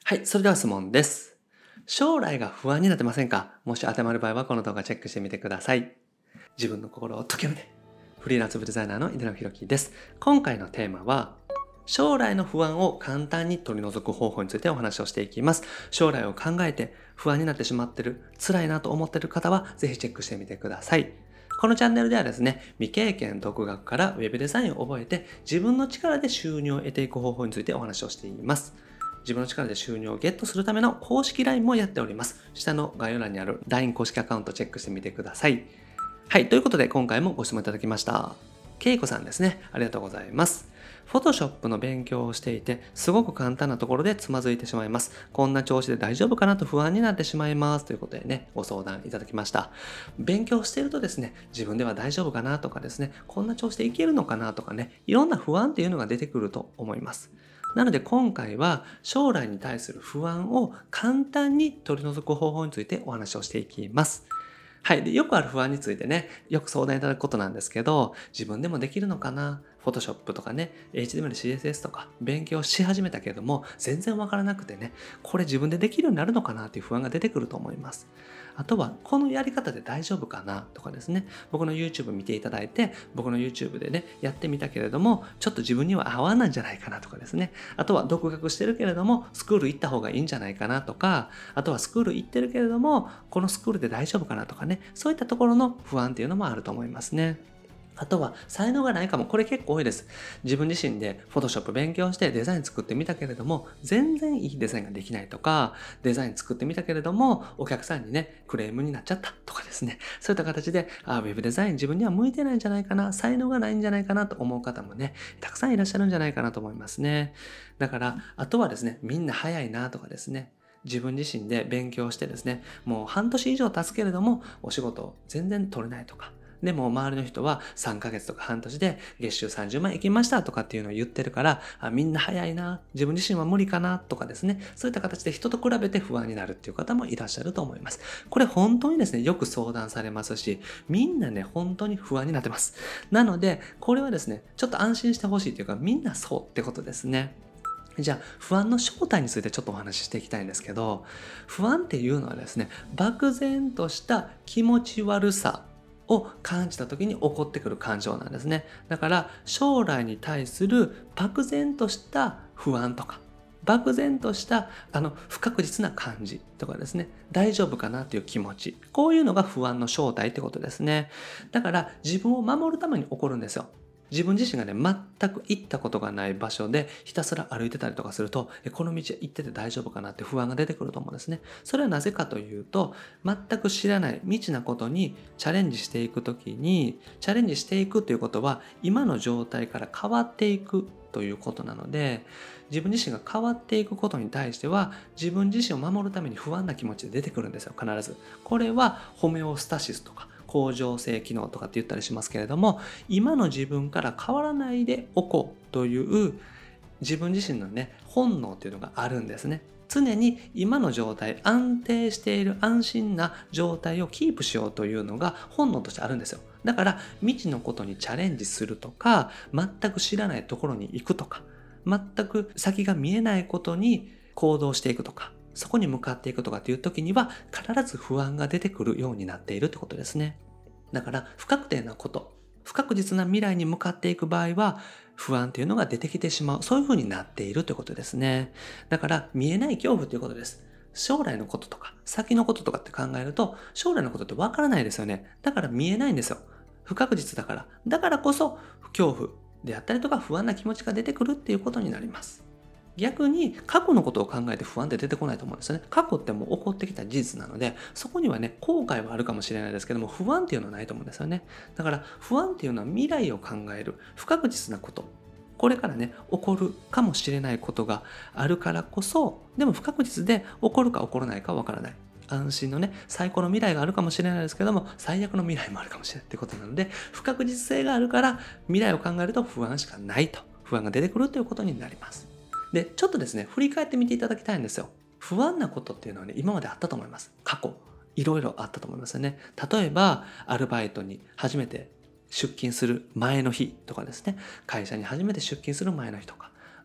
はい、それでは質問です。将来が不安になってませんか？もし当てはまる場合はこの動画チェックしてみてください。自分の心を解けるね。フリーランスウェブデザイナーの井野博樹です。今回のテーマは、将来の不安を簡単に取り除く方法についてお話をしていきます。将来を考えて不安になってしまっている、辛いなと思っている方はぜひチェックしてみてください。このチャンネルではですね、未経験独学からウェブデザインを覚えて自分の力で収入を得ていく方法についてお話をしています。自分の力で収入をゲットするための公式 LINE もやっております。下の概要欄にある LINE 公式アカウントチェックしてみてください。はい、ということで今回もご質問いただきました。けいこさんですね。ありがとうございます。Photoshop の勉強をしていて、すごく簡単なところでつまずいてしまいます。こんな調子で大丈夫かなと不安になってしまいます。ということでね、ご相談いただきました。勉強しているとですね、自分では大丈夫かなとかですね、こんな調子でいけるのかなとかね、いろんな不安っていうのが出てくると思います。なので今回は将来に対する不安を簡単に取り除く方法についてお話をしていきます。はい。で、よくある不安についてね、よく相談いただくことなんですけど、自分でもできるのかな？ Photoshop とかね、HTML、CSS とか勉強し始めたけれども、全然わからなくてね、これ自分でできるようになるのかなっていう不安が出てくると思います。あとは、このやり方で大丈夫かなとかですね、僕の YouTube 見ていただいて、僕の YouTube でね、やってみたけれども、ちょっと自分には合わないんじゃないかなとかですね、あとは独学してるけれども、スクール行った方がいいんじゃないかなとか、あとはスクール行ってるけれども、このスクールで大丈夫かなとかね、そういったところの不安っていうのもあると思いますね。あとは、才能がないかも。これ結構多いです。自分自身で Photoshop 勉強してデザイン作ってみたけれども、全然いいデザインができないとか、デザイン作ってみたけれども、お客さんにね、クレームになっちゃったとかですね。そういった形で、ウェブデザイン自分には向いてないんじゃないかな、才能がないんじゃないかなと思う方もね、たくさんいらっしゃるんじゃないかなと思いますね。だから、あとはですね、みんな早いなとかですね。自分自身で勉強してですね、もう半年以上経つけれども、お仕事全然取れないとか、でも周りの人は3ヶ月とか半年で月収30万円行きましたとかっていうのを言ってるから、みんな早いな、自分自身は無理かなとかですね、そういった形で人と比べて不安になるっていう方もいらっしゃると思います。これ本当にですね、よく相談されますし、みんなね、本当に不安になってます。なので、これはですね、ちょっと安心してほしいというか、みんなそうってことですね。じゃあ、不安の正体についてちょっとお話ししていきたいんですけど、不安っていうのはですね、漠然とした気持ち悪さを感じた時に起こってくる感情なんですね。だから、将来に対する漠然とした不安とか、漠然とした不確実な感じとかですね、大丈夫かなという気持ち。こういうのが不安の正体ってことですね。だから自分を守るために起こるんですよ。自分自身がね、全く行ったことがない場所でひたすら歩いてたりとかすると、この道行ってて大丈夫かなって不安が出てくると思うんですね。それはなぜかというと、全く知らない未知なことにチャレンジしていくときに、チャレンジしていくということは、今の状態から変わっていくということなので、自分自身が変わっていくことに対しては、自分自身を守るために不安な気持ちで出てくるんですよ、必ず。これはホメオスタシスとか、恒常性機能とかって言ったりしますけれども、今の自分から変わらないでおこうという自分自身のね、本能というのがあるんですね。常に今の状態、安定している安心な状態をキープしようというのが本能としてあるんですよ。だから未知のことにチャレンジするとか、全く知らないところに行くとか、全く先が見えないことに行動していくとか、そこに向かっていくとかっていう時には必ず不安が出てくるようになっているってことですね。だから不確定なこと、不確実な未来に向かっていく場合は不安っていうのが出てきてしまう。そういう風になっているということですね。だから見えない恐怖ということです。将来のこととか先のこととかって考えると将来のことってわからないですよね。だから見えないんですよ。不確実だから。だからこそ恐怖であったりとか不安な気持ちが出てくるっていうことになります。逆に過去のことを考えて不安って出てこないと思うんですよね。過去ってもう起こってきた事実なので、そこにはね、後悔はあるかもしれないですけども、不安っていうのはないと思うんですよね。だから不安っていうのは未来を考える不確実なこと。これからね、起こるかもしれないことがあるからこそ、でも不確実で起こるか起こらないかわからない。安心のね、最高の未来があるかもしれないですけども、最悪の未来もあるかもしれないってことなので、不確実性があるから未来を考えると不安しかないと。不安が出てくるということになります。で、ちょっとですね、振り返ってみていただきたいんですよ。不安なことっていうのはね、今まであったと思います。過去、いろいろあったと思いますよね。例えば、アルバイトに初めて出勤する前の日とかですね、会社に初めて出勤する前の日とか、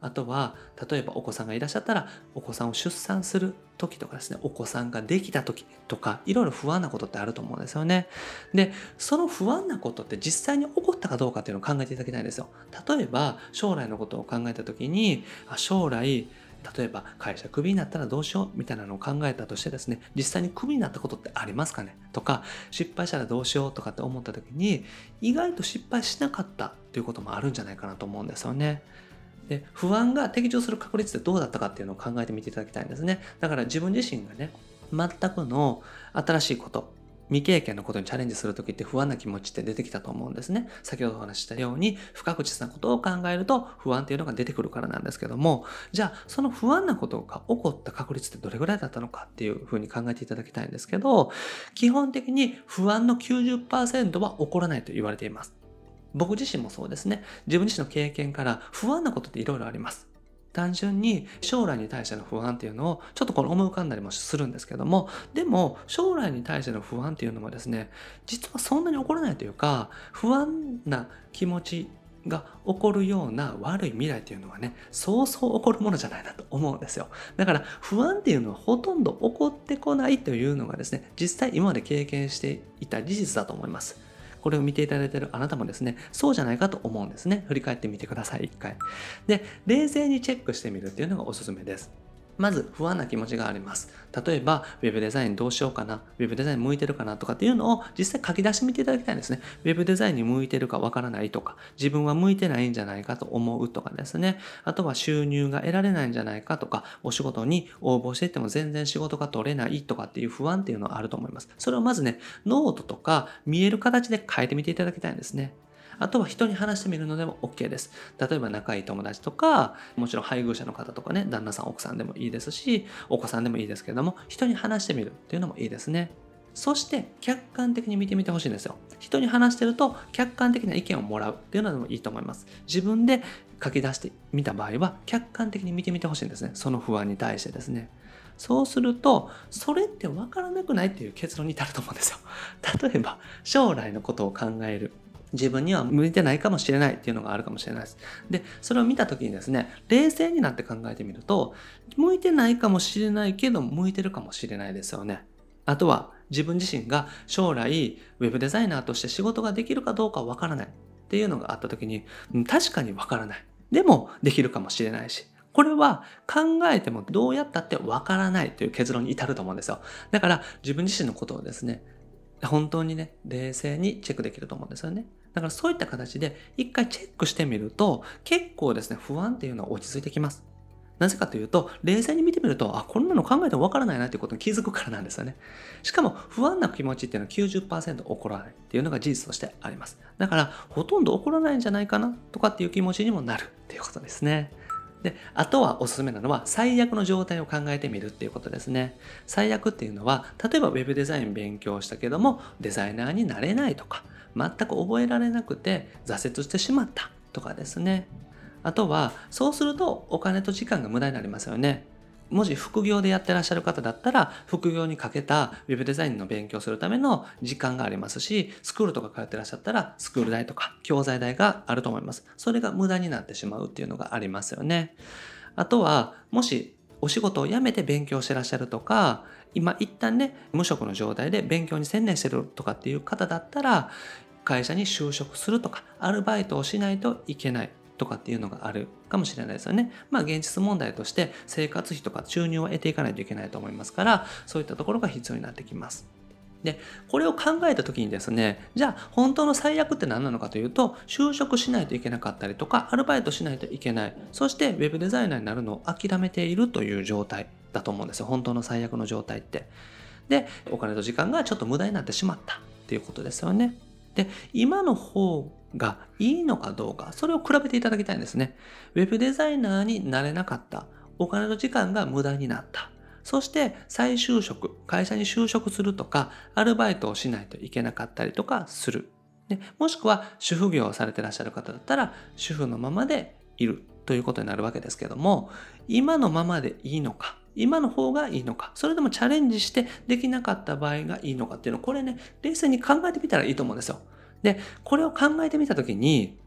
あとは例えばお子さんがいらっしゃったらお子さんを出産する時とかですね、お子さんができた時とか、いろいろ不安なことってあると思うんですよね。で、その不安なことって実際に起こったかどうかっていうのを考えていただきたいんですよ。例えば将来のことを考えた時に、将来例えば会社クビになったらどうしようみたいなのを考えたとしてですね、実際にクビになったことってありますかねとか、失敗したらどうしようとかって思った時に、意外と失敗しなかったっていうこともあるんじゃないかなと思うんですよね。で、不安が的中する確率ってどうだったかっていうのを考えてみていただきたいんですね。だから自分自身がね、全くの新しいこと、未経験のことにチャレンジするときって不安な気持ちって出てきたと思うんですね。先ほどお話ししたように不確実なことを考えると不安っていうのが出てくるからなんですけども、じゃあその不安なことが起こった確率ってどれぐらいだったのかっていうふうに考えていただきたいんですけど、基本的に不安の 90% は起こらないと言われています。僕自身もそうですね。自分自身の経験から不安なことっていろいろあります。単純に将来に対しての不安っていうのをちょっと思い浮かんだりもするんですけども、でも将来に対しての不安っていうのもですね、実はそんなに起こらないというか、不安な気持ちが起こるような悪い未来っていうのはね、そうそう起こるものじゃないなと思うんですよ。だから不安っていうのはほとんど起こってこないというのがですね、実際今まで経験していた事実だと思います。これを見ていただいているあなたもですね、そうじゃないかと思うんですね。振り返ってみてください、一回。で、冷静にチェックしてみるっていうのがおすすめです。まず不安な気持ちがあります。例えば、ウェブデザインどうしようかな、ウェブデザイン向いてるかなとかっていうのを実際書き出してみていただきたいんですね。ウェブデザインに向いてるかわからないとか、自分は向いてないんじゃないかと思うとかですね。あとは収入が得られないんじゃないかとか、お仕事に応募していっても全然仕事が取れないとかっていう不安っていうのはあると思います。それをまずね、ノートとか見える形で書いてみていただきたいんですね。あとは人に話してみるのでも OK です。例えば仲いい友達とか、もちろん配偶者の方とかね、旦那さん、奥さんでもいいですし、お子さんでもいいですけれども、人に話してみるっていうのもいいですね。そして客観的に見てみてほしいんですよ。人に話してると客観的な意見をもらうっていうのでもいいと思います。自分で書き出してみた場合は客観的に見てみてほしいんですね。その不安に対してですね。そうすると、それって分からなくないっていう結論に至ると思うんですよ。例えば、将来のことを考える。自分には向いてないかもしれないっていうのがあるかもしれないです。で、それを見たときにですね、冷静になって考えてみると、向いてないかもしれないけど、向いてるかもしれないですよね。あとは、自分自身が将来、ウェブデザイナーとして仕事ができるかどうかわからないっていうのがあったときに、確かにわからない。でも、できるかもしれないし。これは考えてもどうやったってわからないという結論に至ると思うんですよ。だから自分自身のことをですね、本当にね、冷静にチェックできると思うんですよね。だからそういった形で一回チェックしてみると、結構ですね、不安っていうのは落ち着いてきます。なぜかというと、冷静に見てみると、こんなの考えてもわからないなっていうことに気づくからなんですよね。しかも、不安な気持ちっていうのは 90% 起こらないっていうのが事実としてあります。だから、ほとんど起こらないんじゃないかなとかっていう気持ちにもなるっていうことですね。で、あとはおすすめなのは最悪の状態を考えてみるっていうことですね。最悪っていうのは、例えばウェブデザイン勉強したけども、デザイナーになれないとか、全く覚えられなくて挫折してしまったとかですね。あとは、そうするとお金と時間が無駄になりますよね。もし副業でやってらっしゃる方だったら、副業にかけたウェブデザインの勉強するための時間がありますし、スクールとか通ってらっしゃったら、スクール代とか教材代があると思います。それが無駄になってしまうっていうのがありますよね。あとは、もしお仕事を辞めて勉強してらっしゃるとか、今一旦ね、無職の状態で勉強に専念してるとかっていう方だったら、会社に就職するとか、アルバイトをしないといけないとかっていうのがあるかもしれないですよね。現実問題として生活費とか収入を得ていかないといけないと思いますから、そういったところが必要になってきます。で、これを考えたときにですね、じゃあ本当の最悪って何なのかというと、就職しないといけなかったりとか、アルバイトしないといけない。そしてウェブデザイナーになるのを諦めているという状態だと思うんですよ。本当の最悪の状態って。で、お金と時間がちょっと無駄になってしまったっていうことですよね。で、今の方がいいのかどうか、それを比べていただきたいんですね。ウェブデザイナーになれなかった。お金と時間が無駄になった。そして再就職、会社に就職するとか、アルバイトをしないといけなかったりとかする。で、もしくは主婦業をされていらっしゃる方だったら、主婦のままでいるということになるわけですけども、今のままでいいのか、今の方がいいのか、それでもチャレンジしてできなかった場合がいいのかっていうのを、これね、冷静に考えてみたらいいと思うんですよ。で、これを考えてみたときに、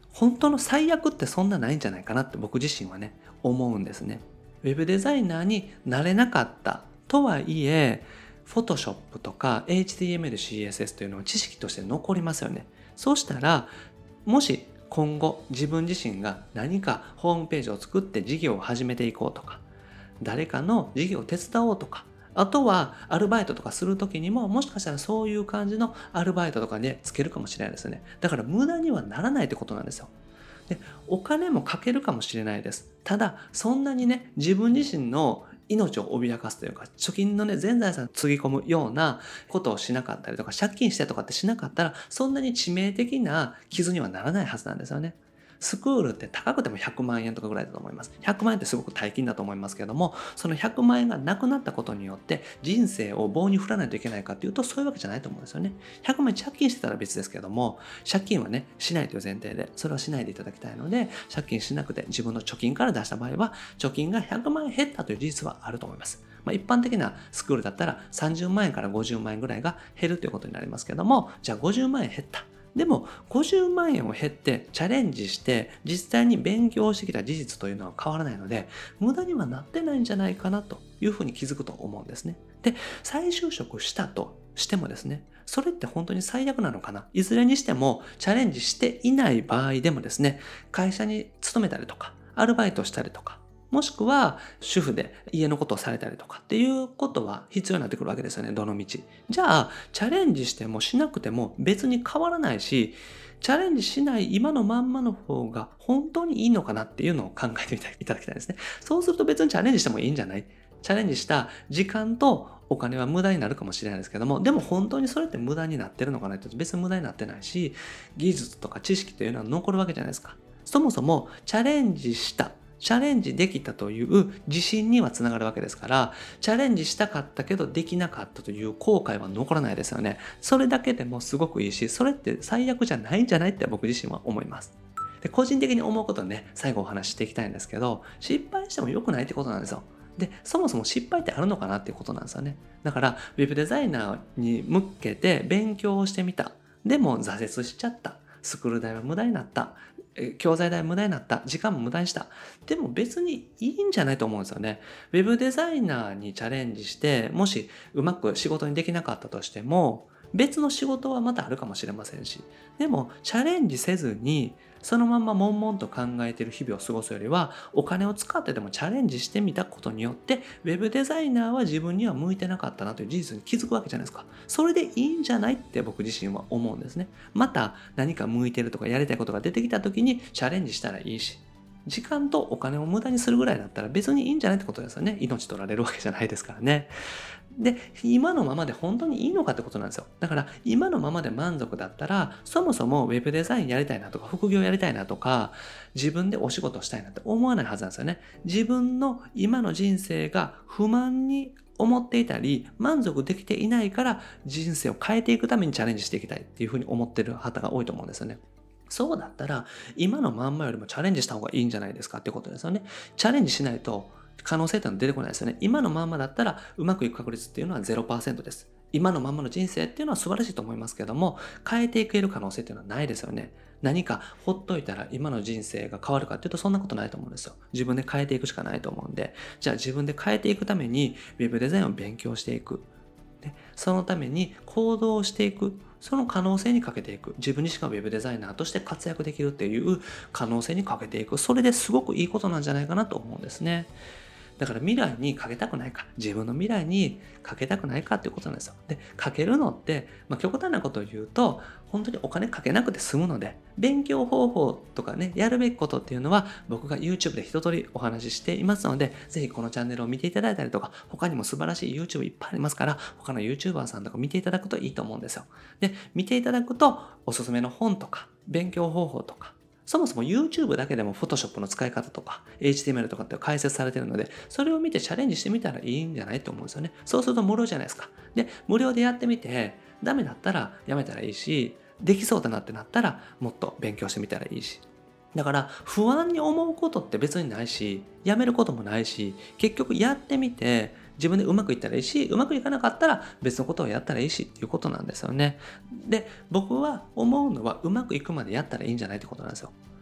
本当の最悪ってそんなないんじゃないかなって僕自身はね、思うんですね。ウェブデザイナーになれなかったとはいえ、Photoshop とか HTML、CSS というのは知識として残りますよね。そうしたら、もし今後自分自身が何かホームページを作って事業を始めていこうとか、誰かの事業を手伝おうとか、あとはアルバイトとかするときにも、もしかしたらそういう感じのアルバイトとかでつけるかもしれないですよね。だから無駄にはならないってことなんですよ。で、お金もかけるかもしれないです。ただ、そんなにね、自分自身の命を脅かすというか、貯金のね、全財産をつぎ込むようなことをしなかったりとか、借金してとかってしなかったら、そんなに致命的な傷にはならないはずなんですよね。スクールって高くても100万円とかぐらいだと思います。100万円ってすごく大金だと思いますけども、その100万円がなくなったことによって人生を棒に振らないといけないかっていうと、そういうわけじゃないと思うんですよね。100万円借金してたら別ですけども、借金はね、しないという前提で、それはしないでいただきたいので、借金しなくて自分の貯金から出した場合は、貯金が100万円減ったという事実はあると思います。一般的なスクールだったら30万円から50万円ぐらいが減るということになりますけども、じゃあ50万円減った。でも50万円を減ってチャレンジして実際に勉強してきた事実というのは変わらないので、無駄にはなってないんじゃないかなというふうに気づくと思うんですね。で、再就職したとしてもですね、それって本当に最悪なのかな。いずれにしてもチャレンジしていない場合でもですね、会社に勤めたりとか、アルバイトしたりとか、もしくは主婦で家のことをされたりとかっていうことは必要になってくるわけですよね、どの道。じゃあ、チャレンジしてもしなくても別に変わらないし、チャレンジしない今のまんまの方が本当にいいのかなっていうのを考えていただきたいですね。そうすると別にチャレンジしてもいいんじゃない？チャレンジした時間とお金は無駄になるかもしれないですけども、でも本当にそれって無駄になってるのかなって言うと別に無駄になってないし、技術とか知識というのは残るわけじゃないですか。そもそもチャレンジできたという自信にはつながるわけですから、チャレンジしたかったけどできなかったという後悔は残らないですよね。それだけでもすごくいいし、それって最悪じゃないんじゃないって僕自身は思います。で、個人的に思うことをね、最後お話ししていきたいんですけど、失敗しても良くないってことなんですよ。で、そもそも失敗ってあるのかなっていうことなんですよね。だから、ウェブデザイナーに向けて勉強をしてみた。でも挫折しちゃった。スクール代は無駄になった。教材代無駄になった。時間も無駄にした。でも別にいいんじゃないと思うんですよね。ウェブデザイナーにチャレンジして、もしうまく仕事にできなかったとしても、別の仕事はまたあるかもしれませんし、でもチャレンジせずに、そのまま悶々と考えている日々を過ごすよりは、お金を使ってでもチャレンジしてみたことによって、ウェブデザイナーは自分には向いてなかったなという事実に気づくわけじゃないですか。それでいいんじゃないって僕自身は思うんですね。また何か向いてるとかやりたいことが出てきた時にチャレンジしたらいいし、時間とお金を無駄にするぐらいだったら別にいいんじゃないってことですよね。命取られるわけじゃないですからね。で、今のままで本当にいいのかってことなんですよ。だから今のままで満足だったら、そもそもウェブデザインやりたいなとか、副業やりたいなとか、自分でお仕事したいなって思わないはずなんですよね。自分の今の人生が不満に思っていたり、満足できていないから人生を変えていくためにチャレンジしていきたいっていうふうに思ってる方が多いと思うんですよね。そうだったら、今のまんまよりもチャレンジした方がいいんじゃないですかってことですよね。チャレンジしないと可能性ってのは出てこないですよね。今のまんまだったらうまくいく確率っていうのは 0% です。今のまんまの人生っていうのは素晴らしいと思いますけども、変えていける可能性っていうのはないですよね。何かほっといたら今の人生が変わるかっていうとそんなことないと思うんですよ。自分で変えていくしかないと思うんで、じゃあ自分で変えていくためにウェブデザインを勉強していく。で、そのために行動をしていく。その可能性にかけていく。自分自身がウェブデザイナーとして活躍できるっていう可能性にかけていく。それですごくいいことなんじゃないかなと思うんですね。だから未来にかけたくないか、自分の未来にかけたくないかっていうことなんですよ。で、かけるのって、極端なことを言うと、本当にお金かけなくて済むので、勉強方法とかね、やるべきことっていうのは、僕が YouTube で一通りお話ししていますので、ぜひこのチャンネルを見ていただいたりとか、他にも素晴らしい YouTube いっぱいありますから、他の YouTuber さんとか見ていただくといいと思うんですよ。で、見ていただくと、おすすめの本とか、勉強方法とか、そもそも YouTube だけでも Photoshop の使い方とか HTML とかって解説されているので、それを見てチャレンジしてみたらいいんじゃないと思うんですよね。そうすると無料じゃないですか。で、無料でやってみて、ダメだったらやめたらいいし、できそうだなってなったらもっと勉強してみたらいいし。だから不安に思うことって別にないし、やめることもないし、結局やってみて、自分でうまくいったらいいし、うまくいかなかったら別のことをやったらいいしっていうことなんですよね。で、僕は思うのはうまくいくまでやったらいいんじゃないってことなんですよ。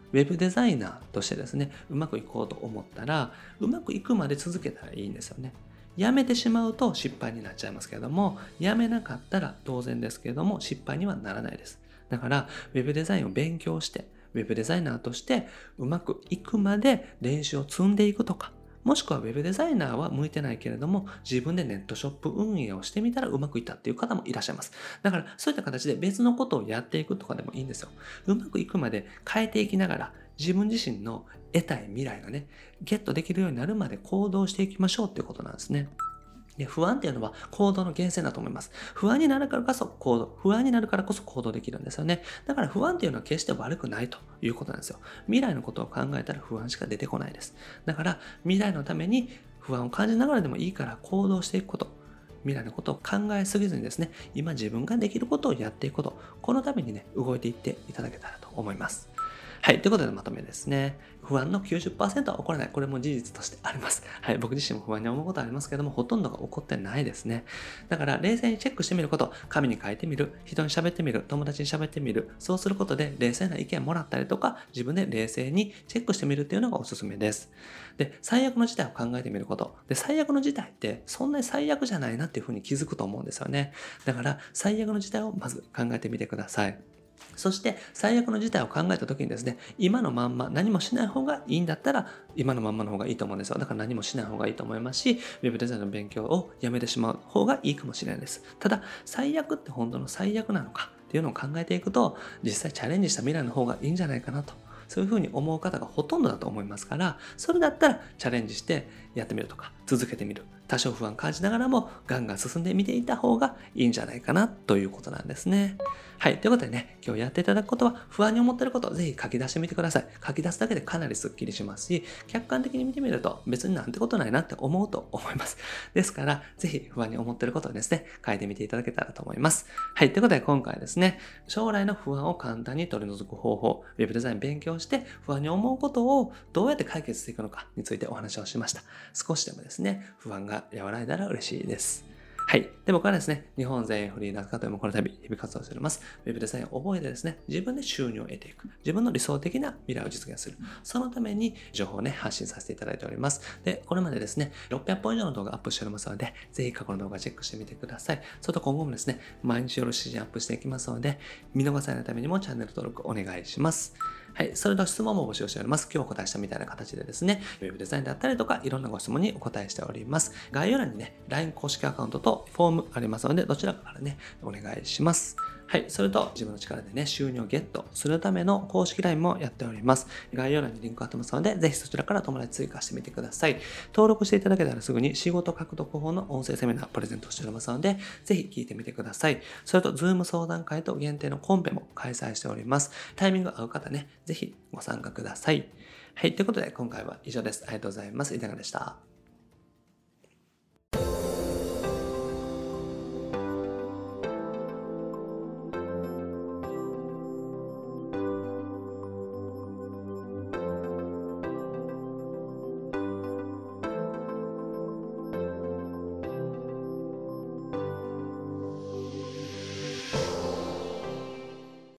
ウェブデザイナーとしてですね、うまくいこうと思ったら、うまくいくまで続けたらいいんですよね。やめてしまうと失敗になっちゃいますけれども、やめなかったら当然ですけれども、失敗にはならないです。だから、ウェブデザインを勉強して、ウェブデザイナーとしてうまくいくまで練習を積んでいくとか、もしくはウェブデザイナーは向いてないけれども、自分でネットショップ運営をしてみたらうまくいったっていう方もいらっしゃいます。だからそういった形で別のことをやっていくとかでもいいんですよ。うまくいくまで変えていきながら、自分自身の得たい未来がね、ゲットできるようになるまで行動していきましょうっていうことなんですね。で、不安っていうのは行動の源泉だと思います。不安になるからこそ行動、不安になるからこそ行動できるんですよね。だから不安っていうのは決して悪くないということなんですよ。未来のことを考えたら不安しか出てこないです。だから未来のために不安を感じながらでもいいから行動していくこと。未来のことを考えすぎずにですね、今自分ができることをやっていくこと、このためにね、動いていっていただけたらと思います。はい。ということでまとめですね。不安の 90% は起こらない。これも事実としてあります。はい。僕自身も不安に思うことはありますけども、ほとんどが起こってないですね。だから、冷静にチェックしてみること、紙に書いてみる、人に喋ってみる、友達に喋ってみる、そうすることで冷静な意見もらったりとか、自分で冷静にチェックしてみるっていうのがおすすめです。で、最悪の事態を考えてみること。で、最悪の事態ってそんなに最悪じゃないなっていうふうに気づくと思うんですよね。だから、最悪の事態をまず考えてみてください。そして最悪の事態を考えた時にですね、今のまんま何もしない方がいいんだったら、今のまんまの方がいいと思うんですよ。だから何もしない方がいいと思いますし、ウェブデザインの勉強をやめてしまう方がいいかもしれないです。ただ、最悪って本当の最悪なのかっていうのを考えていくと、実際チャレンジした未来の方がいいんじゃないかなと。そういうふうに思う方がほとんどだと思いますから、それだったらチャレンジしてやってみるとか、続けてみる。多少不安感じながらもガンガン進んでみていた方がいいんじゃないかなということなんですね。はい。ということでね、今日やっていただくことは不安に思っていることをぜひ書き出してみてください。書き出すだけでかなりスッキリしますし、客観的に見てみると別になんてことないなって思うと思います。ですから、ぜひ不安に思っていることをですね、書いてみていただけたらと思います。はい。ということで今回はですね、将来の不安を簡単に取り除く方法、ウェブデザイン勉強して不安に思うことをどうやって解決していくのかについてお話をしました。少しでもですね、不安が和らいだら嬉しいです。はい。で、僕はですね、日本全員フリーランス化というもこの度、日々活動しております。ウェブデザインを覚えてですね、自分で収入を得ていく。自分の理想的な未来を実現する。そのために情報をね、発信させていただいております。で、これまでですね、600本以上の動画アップしておりますので、ぜひ過去の動画チェックしてみてください。それと今後もですね、毎日夜7時アップしていきますので、見逃さないためにもチャンネル登録お願いします。はい。それと質問も募集しております。今日お答えしたみたいな形でですね、ウェブデザインだったりとか、いろんなご質問にお答えしております。概要欄にね、LINE 公式アカウントとフォームありますので、どちらかからね、お願いします。はい。それと、自分の力でね、収入をゲットするための公式 LINE もやっております。概要欄にリンク貼ってますので、ぜひそちらから友達追加してみてください。登録していただけたらすぐに仕事獲得法の音声セミナープレゼントしておりますので、ぜひ聞いてみてください。それと、Zoom 相談会と限定のコンペも開催しております。タイミング合う方ね、ぜひご参加ください。はい。ということで、今回は以上です。ありがとうございます。いかがでした？